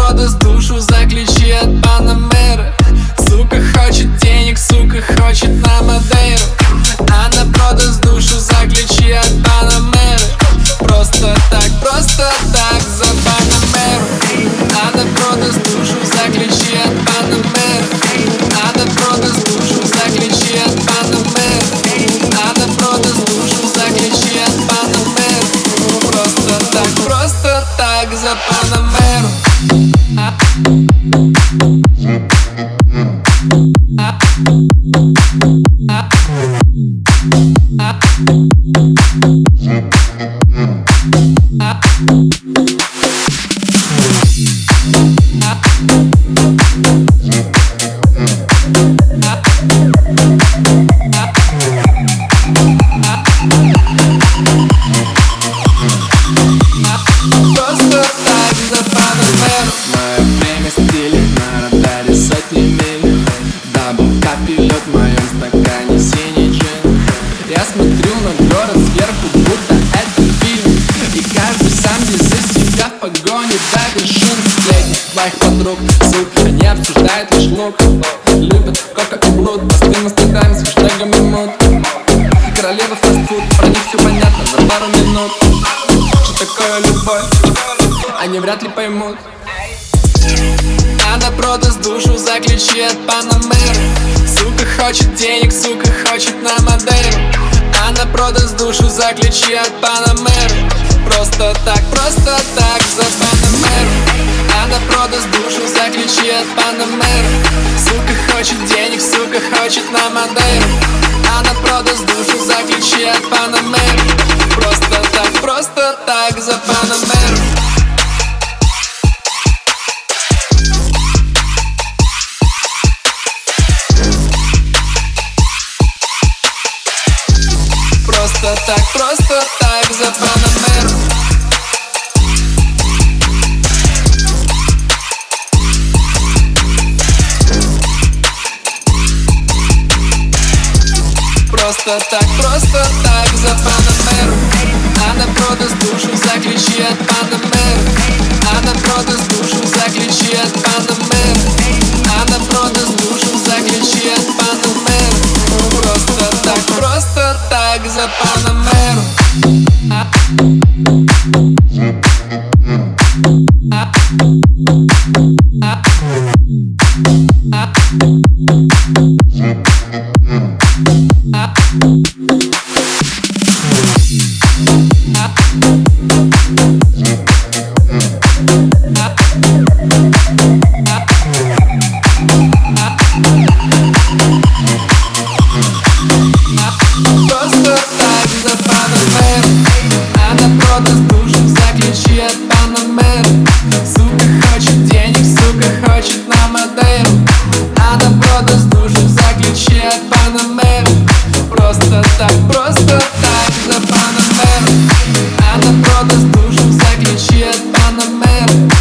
продаст душу за ключи от Панамеры. Сука хочет денег, сука хочет на Мадейру. Она продаст душу за ключи от Панамеры. Просто так за Панамеру. Она продаст душу за ключи от Панамеры. Она продаст душу за ключи от Панамеры. Она продаст душу за ключи от Панамеры. Просто так за Панамеру. Мое время стиле на радаре сотни миль. Дабл капи лед в моем стакане синий джин. Я смотрю на город сверху, будто это фильм. И каждый сам здесь за себя в погоне до вершин. Сплетни твоих подруг, сука, не обсуждают лишь лук. Любят кока и блуд, простым стыдами с хэштегами мут. Королева фастфуд, про них все понятно за пару минут. Что такое любовь, они вряд ли поймут. Она продаст душу за ключи от Панамеры. Сука хочет денег, сука хочет на Мадейру. Она продаст душу за ключи от Панамеры. Просто так за Панамеру. Она продаст душу за ключи от Панамеры. Сука хочет денег, сука хочет на Мадейру. Она продаст душу за ключи от Панамеры. Просто так за Панамеру. Просто так за Панамеру. Просто так за Панамеру. Она продаст душу за ключи от Панамеры. Она продаст душу за ключи от Панамеры. Она продаст душу за ключи от Панамеры. Просто так за Панамеру. Она продаст душу за ключи от Панамеры. Сука хочет денег, сука хочет на Мадейру. Она продаст душу за ключи от Панамеры. Просто так за Панамеру. Она продаст душу за ключи от Панамеры.